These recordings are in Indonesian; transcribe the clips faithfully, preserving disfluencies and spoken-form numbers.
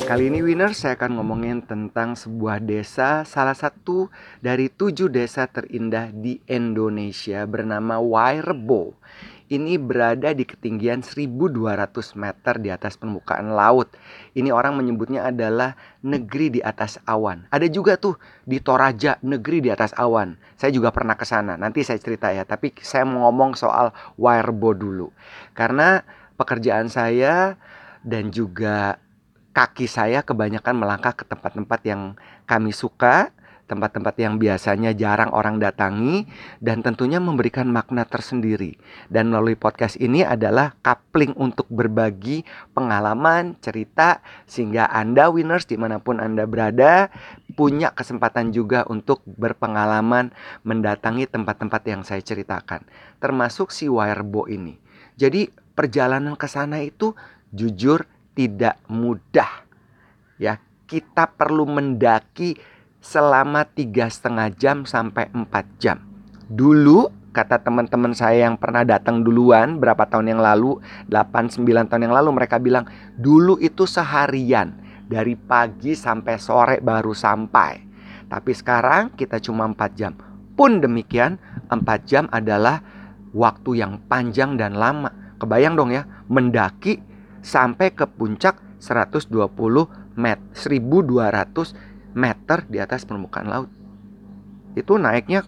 Kali ini Winner, saya akan ngomongin tentang sebuah desa, salah satu dari tujuh desa terindah di Indonesia bernama Wairebo. Ini berada di ketinggian seribu dua ratus meter di atas permukaan laut. Ini orang menyebutnya adalah negeri di atas awan. Ada juga tuh di Toraja, negeri di atas awan. Saya juga pernah ke sana, nanti saya cerita ya. Tapi saya mau ngomong soal Wairebo dulu. Karena pekerjaan saya dan juga kaki saya kebanyakan melangkah ke tempat-tempat yang kami suka, tempat-tempat yang biasanya jarang orang datangi, dan tentunya memberikan makna tersendiri. Dan melalui podcast ini adalah coupling untuk berbagi pengalaman, cerita, sehingga Anda winners dimanapun Anda berada, punya kesempatan juga untuk berpengalaman mendatangi tempat-tempat yang saya ceritakan, termasuk si Wairebo ini. Jadi perjalanan ke sana itu jujur tidak mudah, ya. Kita perlu mendaki selama tiga setengah jam sampai empat jam. Dulu kata teman-teman saya yang pernah datang duluan berapa tahun yang lalu, delapan sembilan tahun yang lalu, mereka bilang dulu itu seharian, dari pagi sampai sore baru sampai. Tapi sekarang kita cuma empat jam. Pun demikian, empat jam adalah waktu yang panjang dan lama. Kebayang dong ya, mendaki sampai ke puncak seratus dua puluh meter, seribu dua ratus meter di atas permukaan laut. Itu naiknya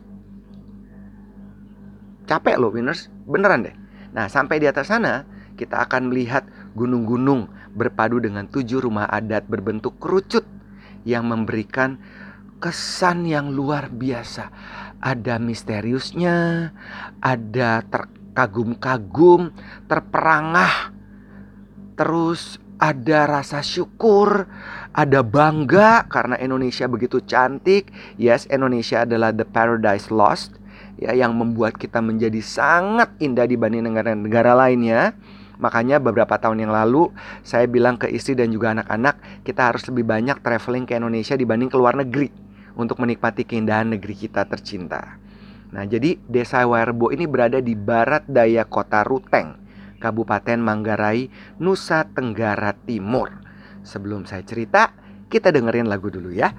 capek loh winners, beneran deh. Nah, sampai di atas sana kita akan melihat gunung-gunung berpadu dengan tujuh rumah adat berbentuk kerucut yang memberikan kesan yang luar biasa. Ada misteriusnya, ada terkagum-kagum, terperangah. Terus ada rasa syukur, ada bangga karena Indonesia begitu cantik. Yes, Indonesia adalah the paradise lost, ya, yang membuat kita menjadi sangat indah dibanding negara-negara lainnya. Makanya beberapa tahun yang lalu saya bilang ke istri dan juga anak-anak, kita harus lebih banyak traveling ke Indonesia dibanding ke luar negeri untuk menikmati keindahan negeri kita tercinta. Nah, jadi desa Wairebo ini berada di barat daya kota Ruteng, Kabupaten Manggarai, Nusa Tenggara Timur. Sebelum saya cerita, kita dengerin lagu dulu ya.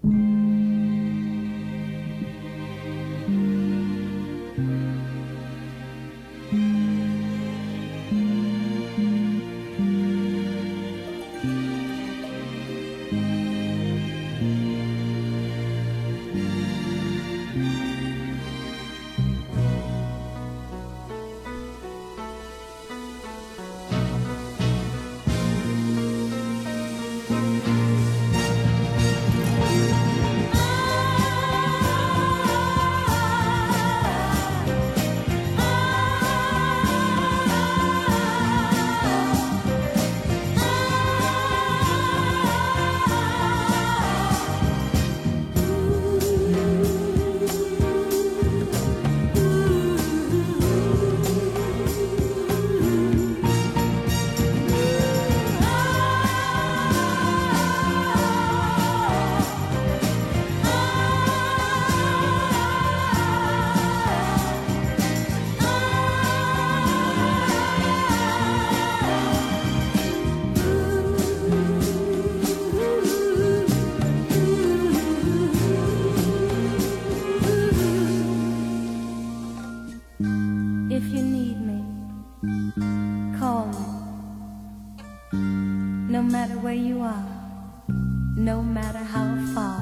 No matter where you are, no matter how far,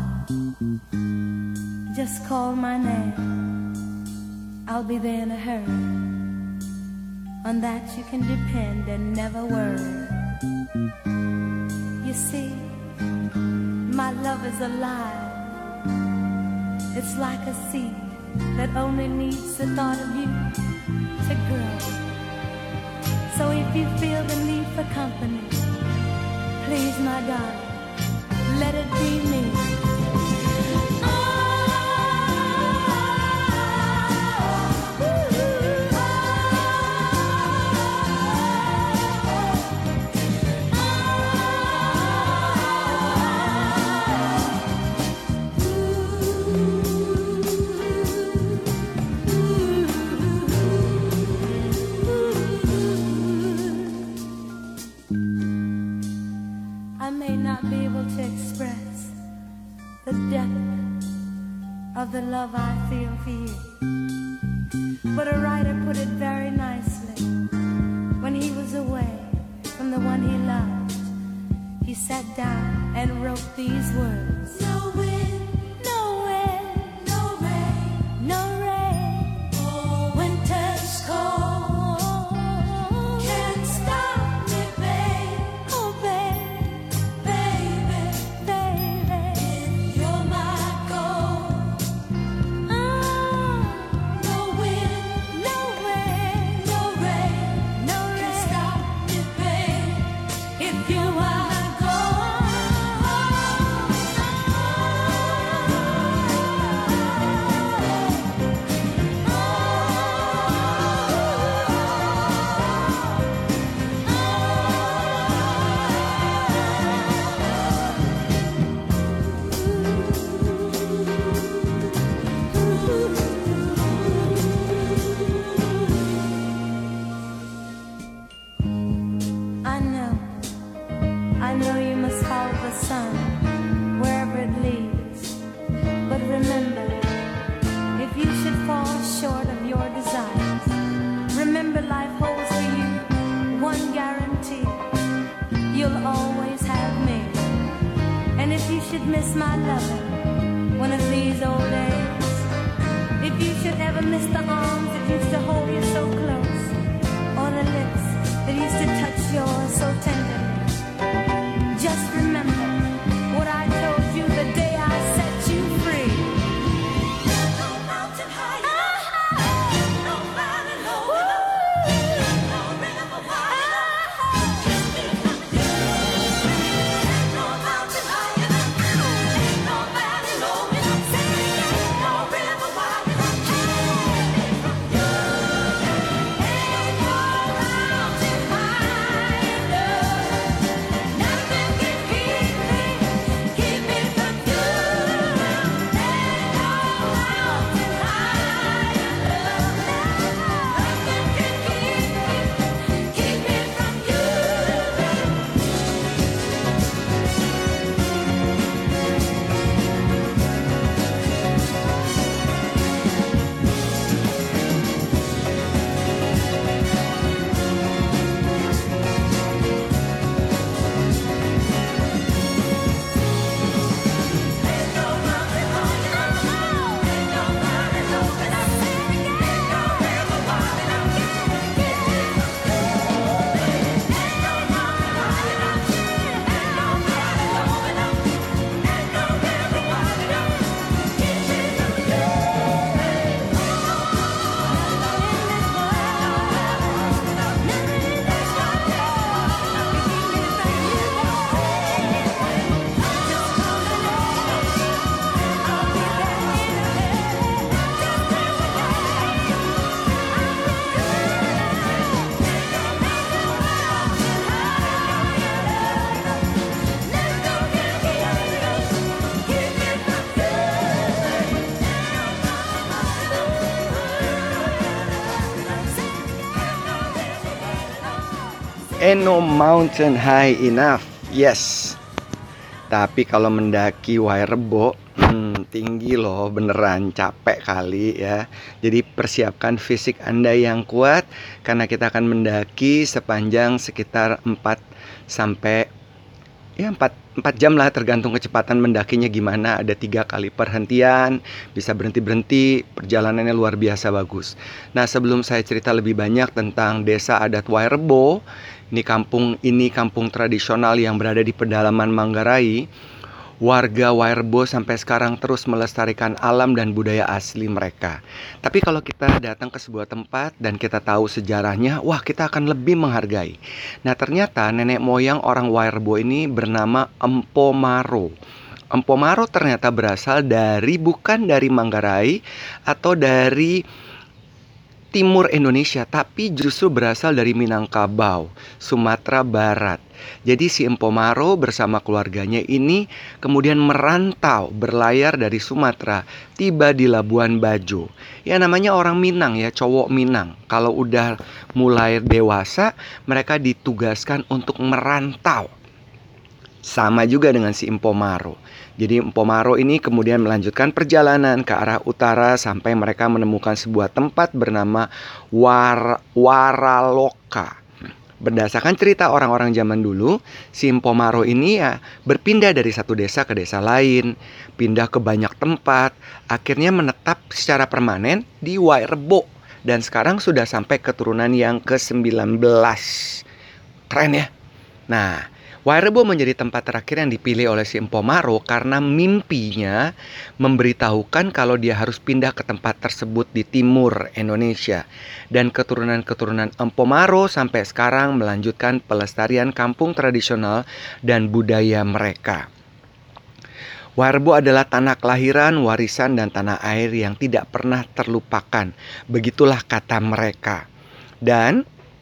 just call my name, I'll be there in a hurry. On that you can depend and never worry. You see, my love is alive. It's like a seed that only needs the thought of you to grow. So if you feel the need for company, please, my darling, let it be me. I may not be the love I feel for you. But a writer put it very nicely. When he was away from the one he loved, he sat down and wrote these words. No wind, no wind, no rain, no rain. Oh, winter's cold can't stop me, babe. Oh, babe, baby, baby, if you're my gold. Oh, no wind, no wind, no rain, no rain can stop me, babe. If you're my I know, I know you must follow the sun wherever it leads. But remember, if you should fall short of your desires, remember life holds for you one guarantee: you'll always have me. And if you should miss my loving one of these old days, if you should ever miss the arms that used to hold you so close, or the lips that used to touch yours so tenderly, just remember what I told you the day I set you free. No mountain high enough, no valley low enough, no river wide enough, keep me from you. Ain't no mountain high enough, ain't no valley low enough, ain't no river wide enough, keep me from you. Ain't no mountain high enough, nothing can keep me, keep me from you. Ain't no mountain high enough, nothing can keep me, keep me from you. Ain't no mountain high enough. Yes. Tapi kalau mendaki Wairebo, hmm, tinggi loh, beneran capek kali ya. Jadi persiapkan fisik Anda yang kuat, karena kita akan mendaki sepanjang sekitar empat sampai ya empat, empat jam lah, tergantung kecepatan mendakinya gimana. Ada tiga kali perhentian, bisa berhenti-berhenti, perjalanannya luar biasa bagus. Nah, sebelum saya cerita lebih banyak tentang desa adat Wairebo, ini kampung ini kampung tradisional yang berada di pedalaman Manggarai. Warga Wairebo sampai sekarang terus melestarikan alam dan budaya asli mereka. Tapi kalau kita datang ke sebuah tempat dan kita tahu sejarahnya, wah, kita akan lebih menghargai. Nah, ternyata nenek moyang orang Wairebo ini bernama Empo Maro. Empo Maro ternyata berasal dari, bukan dari Manggarai atau dari timur Indonesia, tapi justru berasal dari Minangkabau, Sumatera Barat. Jadi si Empo Maro bersama keluarganya ini kemudian merantau, berlayar dari Sumatera, tiba di Labuan Bajo. Ya, namanya orang Minang ya, cowok Minang. Kalau udah mulai dewasa, mereka ditugaskan untuk merantau. Sama juga dengan si Empomaro. Jadi Empomaro ini kemudian melanjutkan perjalanan ke arah utara sampai mereka menemukan sebuah tempat bernama War Waraloka. Berdasarkan cerita orang-orang zaman dulu, si Empomaro ini ya berpindah dari satu desa ke desa lain, pindah ke banyak tempat, akhirnya menetap secara permanen di Wairebo. Dan sekarang sudah sampai keturunan yang ke sembilan belas. Keren ya? Nah, Wairebo menjadi tempat terakhir yang dipilih oleh si Empomaro karena mimpinya memberitahukan kalau dia harus pindah ke tempat tersebut di timur Indonesia. Dan keturunan-keturunan Empomaro sampai sekarang melanjutkan pelestarian kampung tradisional dan budaya mereka. Wairebo adalah tanah kelahiran, warisan, dan tanah air yang tidak pernah terlupakan. Begitulah kata mereka. Dan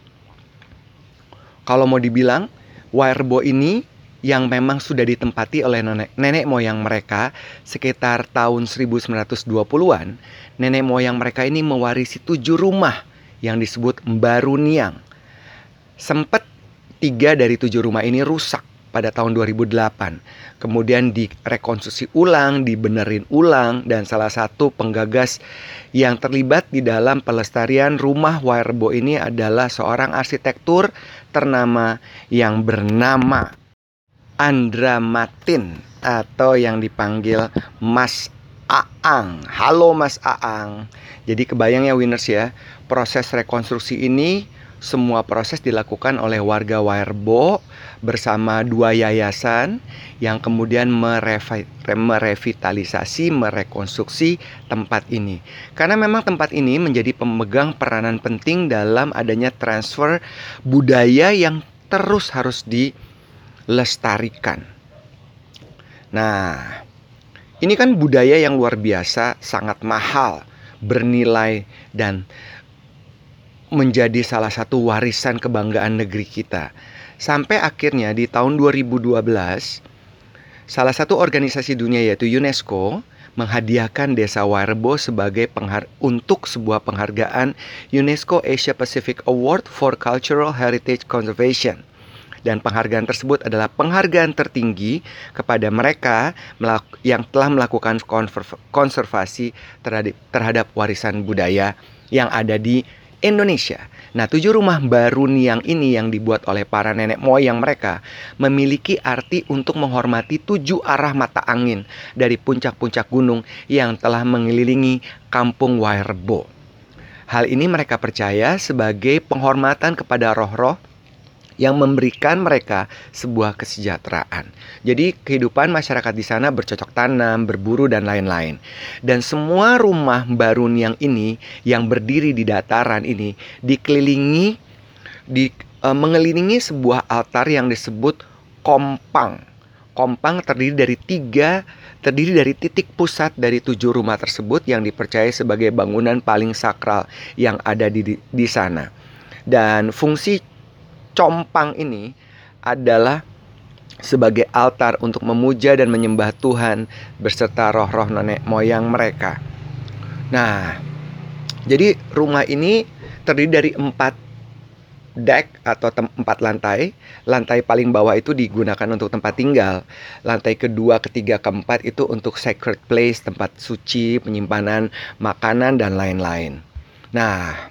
kalau mau dibilang, Wairebo ini yang memang sudah ditempati oleh nenek, nenek moyang mereka sekitar tahun seribu sembilan ratus dua puluhan. Nenek moyang mereka ini mewarisi tujuh rumah yang disebut Mbaruniang. Sempat tiga dari tujuh rumah ini rusak pada tahun dua ribu delapan. Kemudian direkonstruksi ulang, dibenerin ulang, dan salah satu penggagas yang terlibat di dalam pelestarian rumah Wairebo ini adalah seorang arsitektur ternama yang bernama Andra Matin atau yang dipanggil Mas Aang. Halo Mas Aang. Jadi kebayang ya winners ya, proses rekonstruksi ini semua proses dilakukan oleh warga Wairebo bersama dua yayasan yang kemudian merevi- merevitalisasi, merekonstruksi tempat ini. Karena memang tempat ini menjadi pemegang peranan penting dalam adanya transfer budaya yang terus harus dilestarikan. Nah, ini kan budaya yang luar biasa, sangat mahal, bernilai, dan menjadi salah satu warisan kebanggaan negeri kita. Sampai akhirnya di tahun dua ribu dua belas, salah satu organisasi dunia yaitu UNESCO menghadiahkan desa Wairebo sebagai penghar- untuk sebuah penghargaan UNESCO Asia Pacific Award for Cultural Heritage Conservation. Dan penghargaan tersebut adalah penghargaan tertinggi kepada mereka yang telah melakukan konservasi terhadap, terhadap warisan budaya yang ada di Indonesia. Nah, tujuh rumah Mbaruniang ini yang dibuat oleh para nenek moyang mereka memiliki arti untuk menghormati tujuh arah mata angin dari puncak-puncak gunung yang telah mengelilingi kampung Wairebo. Hal ini mereka percaya sebagai penghormatan kepada roh-roh yang memberikan mereka sebuah kesejahteraan. Jadi kehidupan masyarakat di sana bercocok tanam, berburu, dan lain-lain. Dan semua rumah Mbaruniang ini yang berdiri di dataran ini dikelilingi, di, e, mengelilingi sebuah altar yang disebut kompang. Kompang terdiri dari tiga, terdiri dari titik pusat dari tujuh rumah tersebut yang dipercaya sebagai bangunan paling sakral yang ada di, di, di sana. Dan fungsi compang ini adalah sebagai altar untuk memuja dan menyembah Tuhan beserta roh-roh nenek moyang mereka. Nah, jadi rumah ini terdiri dari empat deck atau tem- empat lantai. Lantai paling bawah itu digunakan untuk tempat tinggal. Lantai kedua, ketiga, keempat itu untuk sacred place, tempat suci, penyimpanan makanan, dan lain-lain. Nah,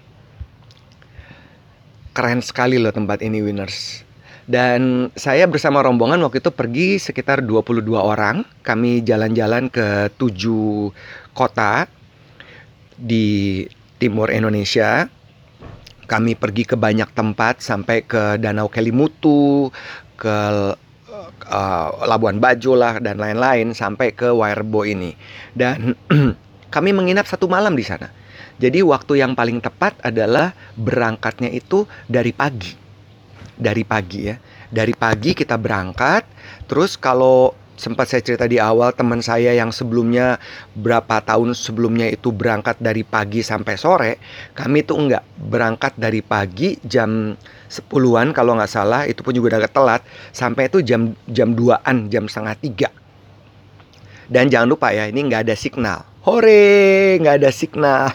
keren sekali loh tempat ini winners. Dan saya bersama rombongan waktu itu pergi sekitar dua puluh dua orang. Kami jalan-jalan ke tujuh kota di timur Indonesia. Kami pergi ke banyak tempat sampai ke Danau Kelimutu, ke uh, Labuan Bajo lah dan lain-lain sampai ke Wairebo ini. Dan kami menginap satu malam di sana. Jadi waktu yang paling tepat adalah berangkatnya itu dari pagi. Dari pagi ya. Dari pagi kita berangkat. Terus kalau sempat saya cerita di awal, teman saya yang sebelumnya berapa tahun sebelumnya itu berangkat dari pagi sampai sore. Kami tuh enggak, berangkat dari pagi jam sepuluhan kalau nggak salah. Itu pun juga udah agak telat. Sampai itu jam jam duaan, jam setengah tiga. Dan jangan lupa ya, ini nggak ada signal. Hore, nggak ada signal.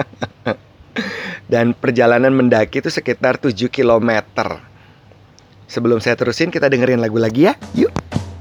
Dan perjalanan mendaki itu sekitar tujuh kilometer. Sebelum saya terusin, kita dengerin lagu lagi ya. Yuk.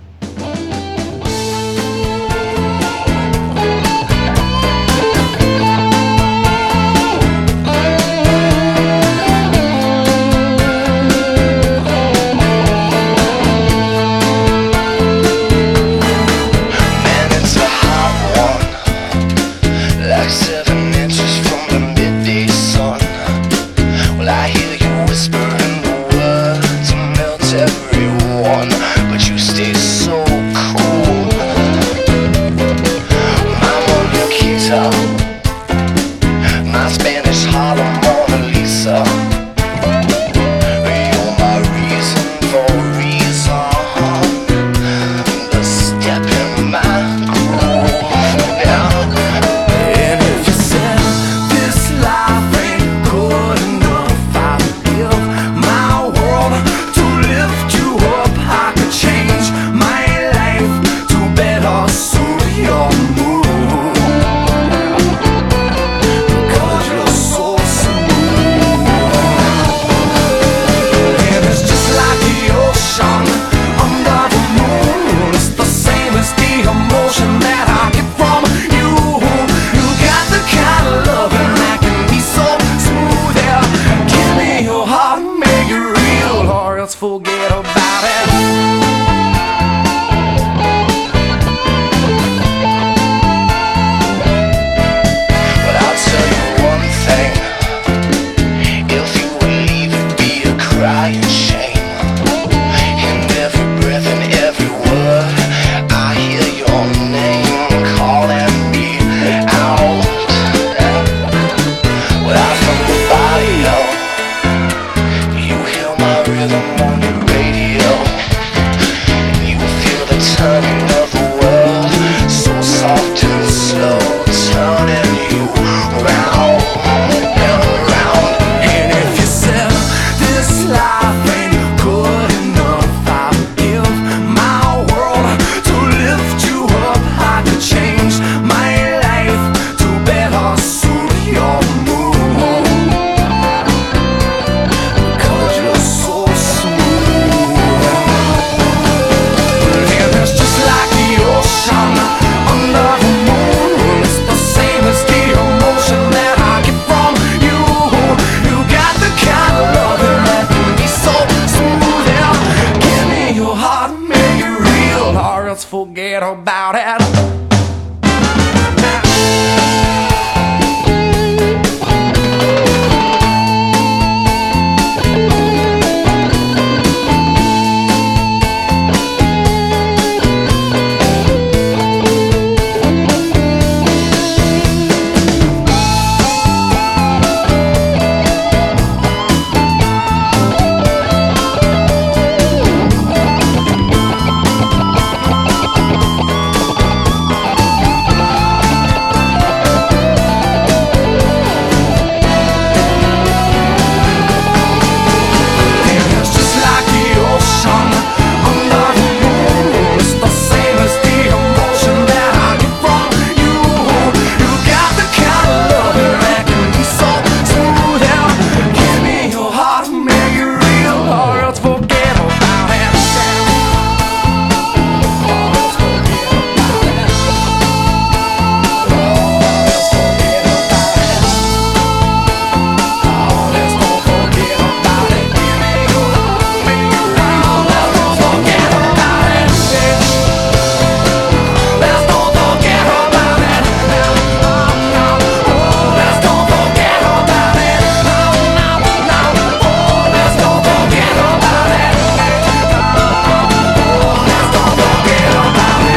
let's forget about it. But I'll tell you one thing, if you would leave, it'd be a crying shame. In every breath and every word, I hear your name calling me out. Well, I'm from the barrio, you hear my rhythm on the radio, and you feel the turning of the world, so soft and slow, turning you round and round. And if you said this life ain't good enough, I'll give my world to lift you up. I could change my life to better suit your mood, cause you're so smooth. And it's just like the ocean under the moon, it's the same as the emotion that I get from you. You got the kind of loving that can be so smooth. Yeah. Give me your heart, make it real, or else forget about it. It's just like the ocean under the moon, it's the same as the emotion that I get from you. You got the kind of loving that can be so smooth. Yeah. Give me your heart, make it real, or else forget about it. Or else forget about it. Or else forget about it. Oh, let's don't forget about it. Give me your heart, make it real. Let's don't forget about it. Let's don't forget about it. Oh, let's don't forget about it. No, no, no. Oh, let's don't forget about it. Oh, let's don't forget about it.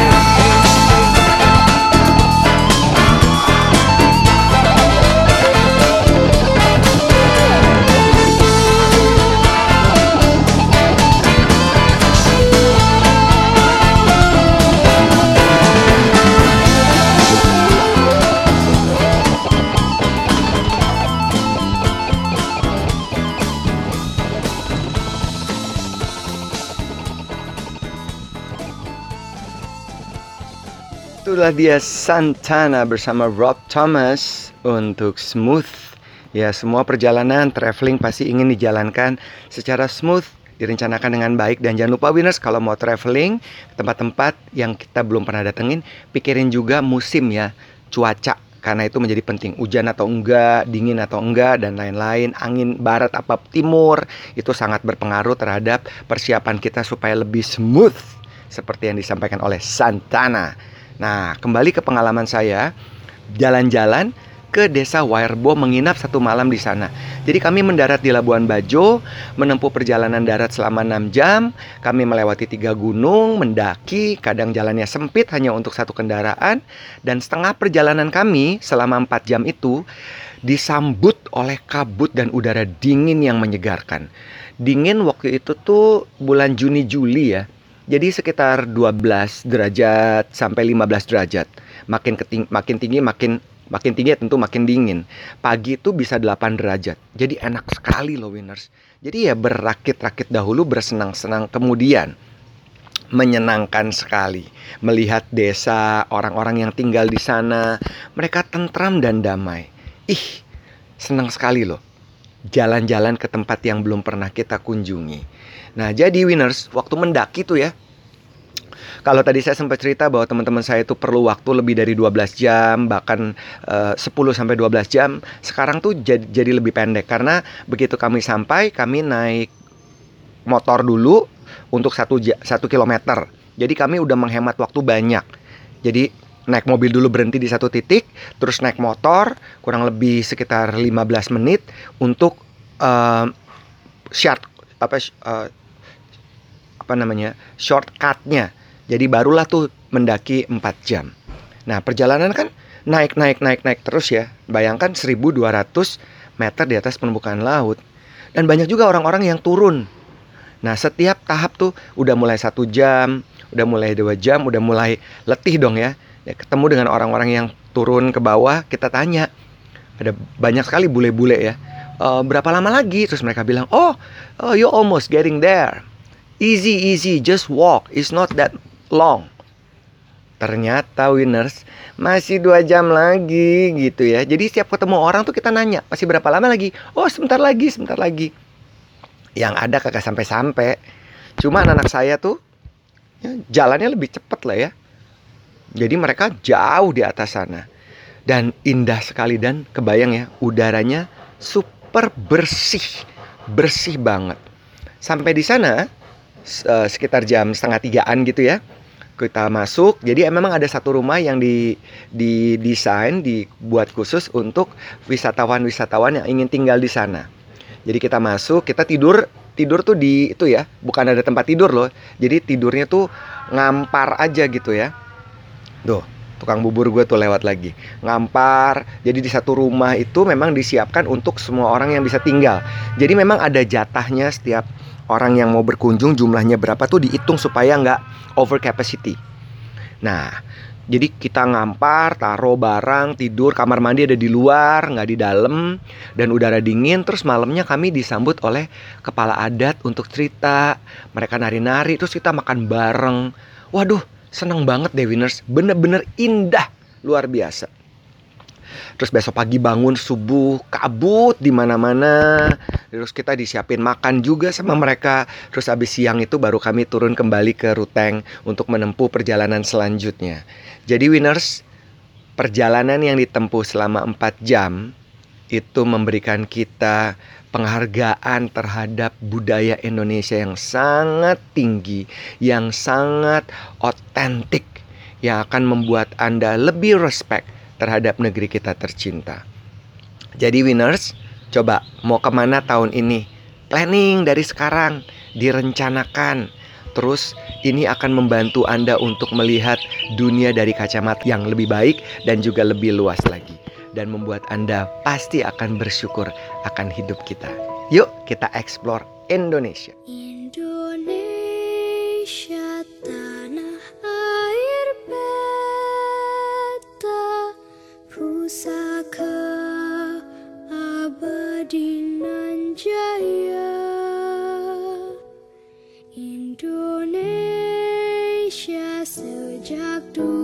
Itulah dia Santana bersama Rob Thomas untuk Smooth. Ya, semua perjalanan traveling pasti ingin dijalankan secara smooth, direncanakan dengan baik. Dan jangan lupa winners, kalau mau traveling ke tempat-tempat yang kita belum pernah datengin, pikirin juga musim ya, cuaca. Karena itu menjadi penting, hujan atau enggak, dingin atau enggak, dan lain-lain. Angin barat apa timur, itu sangat berpengaruh terhadap persiapan kita supaya lebih smooth, seperti yang disampaikan oleh Santana. Nah, kembali ke pengalaman saya, jalan-jalan ke desa Wairebo, menginap satu malam di sana. Jadi kami mendarat di Labuan Bajo, menempuh perjalanan darat selama enam jam. Kami melewati tiga gunung, mendaki, kadang jalannya sempit hanya untuk satu kendaraan. Dan setengah perjalanan kami selama empat jam itu disambut oleh kabut dan udara dingin yang menyegarkan. Dingin waktu itu tuh bulan Juni Juli ya. Jadi sekitar dua belas derajat sampai lima belas derajat. Makin keting makin tinggi makin makin tinggi tentu makin dingin. Pagi itu bisa delapan derajat. Jadi enak sekali loh winners. Jadi ya berakit-rakit dahulu, bersenang-senang kemudian. Menyenangkan sekali melihat desa, orang-orang yang tinggal di sana, mereka tentram dan damai. Ih, senang sekali loh jalan-jalan ke tempat yang belum pernah kita kunjungi. Nah, jadi winners, waktu mendaki tuh ya, kalau tadi saya sempat cerita bahwa teman-teman saya itu perlu waktu lebih dari dua belas jam, bahkan uh, sepuluh sampai dua belas jam. Sekarang tuh jadi, jadi lebih pendek, karena begitu kami sampai, kami naik motor dulu untuk satu, satu kilometer. Jadi kami udah menghemat waktu banyak. Jadi naik mobil dulu berhenti di satu titik, terus naik motor kurang lebih sekitar lima belas menit untuk uh, short apa uh, apa namanya shortcutnya. Jadi barulah tuh mendaki empat jam. Nah perjalanan kan naik naik naik naik terus ya. Bayangkan seribu dua ratus meter di atas permukaan laut. Dan banyak juga orang-orang yang turun. Nah setiap tahap tuh udah mulai satu jam, udah mulai dua jam, udah mulai letih dong ya. Ya, ketemu dengan orang-orang yang turun ke bawah, kita tanya, ada banyak sekali bule-bule ya, e, berapa lama lagi? Terus mereka bilang, oh, oh you almost getting there, easy easy, just walk, it's not that long. Ternyata winners masih dua jam lagi gitu ya. Jadi setiap ketemu orang tuh kita nanya, masih berapa lama lagi? Oh sebentar lagi, sebentar lagi. Yang ada kagak sampai-sampai. Cuma anak-anak saya tuh ya, jalannya lebih cepet lah ya. Jadi mereka jauh di atas sana. Dan indah sekali, dan kebayang ya, udaranya super bersih. Bersih banget. Sampai di sana uh, sekitar jam setengah tigaan gitu ya. Kita masuk. Jadi memang ada satu rumah yang di didesain, dibuat khusus untuk wisatawan-wisatawan yang ingin tinggal di sana. Jadi kita masuk, kita tidur. Tidur tuh di itu ya, bukan ada tempat tidur loh. Jadi tidurnya tuh ngampar aja gitu ya. Tuh, tukang bubur gue tuh lewat lagi. Ngampar. Jadi di satu rumah itu memang disiapkan untuk semua orang yang bisa tinggal. Jadi memang ada jatahnya, setiap orang yang mau berkunjung jumlahnya berapa tuh dihitung supaya nggak over capacity. Nah, jadi kita ngampar, taruh barang, tidur, kamar mandi ada di luar, nggak di dalam. Dan udara dingin. Terus malamnya kami disambut oleh kepala adat untuk cerita. Mereka nari-nari, terus kita makan bareng. Waduh, seneng banget deh winners, bener-bener indah, luar biasa. Terus besok pagi bangun subuh, kabut di mana-mana. Terus kita disiapin makan juga sama mereka. Terus habis siang itu baru kami turun kembali ke Ruteng untuk menempuh perjalanan selanjutnya. Jadi winners, perjalanan yang ditempuh selama empat jam itu memberikan kita penghargaan terhadap budaya Indonesia yang sangat tinggi, yang sangat otentik, yang akan membuat Anda lebih respect terhadap negeri kita tercinta. Jadi winners, coba mau kemana tahun ini? Planning dari sekarang, direncanakan. Terus ini akan membantu Anda untuk melihat dunia dari kacamata yang lebih baik dan juga lebih luas lagi. Dan membuat Anda pasti akan bersyukur akan hidup kita. Yuk kita explore Indonesia. Indonesia tanah air beta, pusaka abadi nan jaya. Indonesia sejak dulu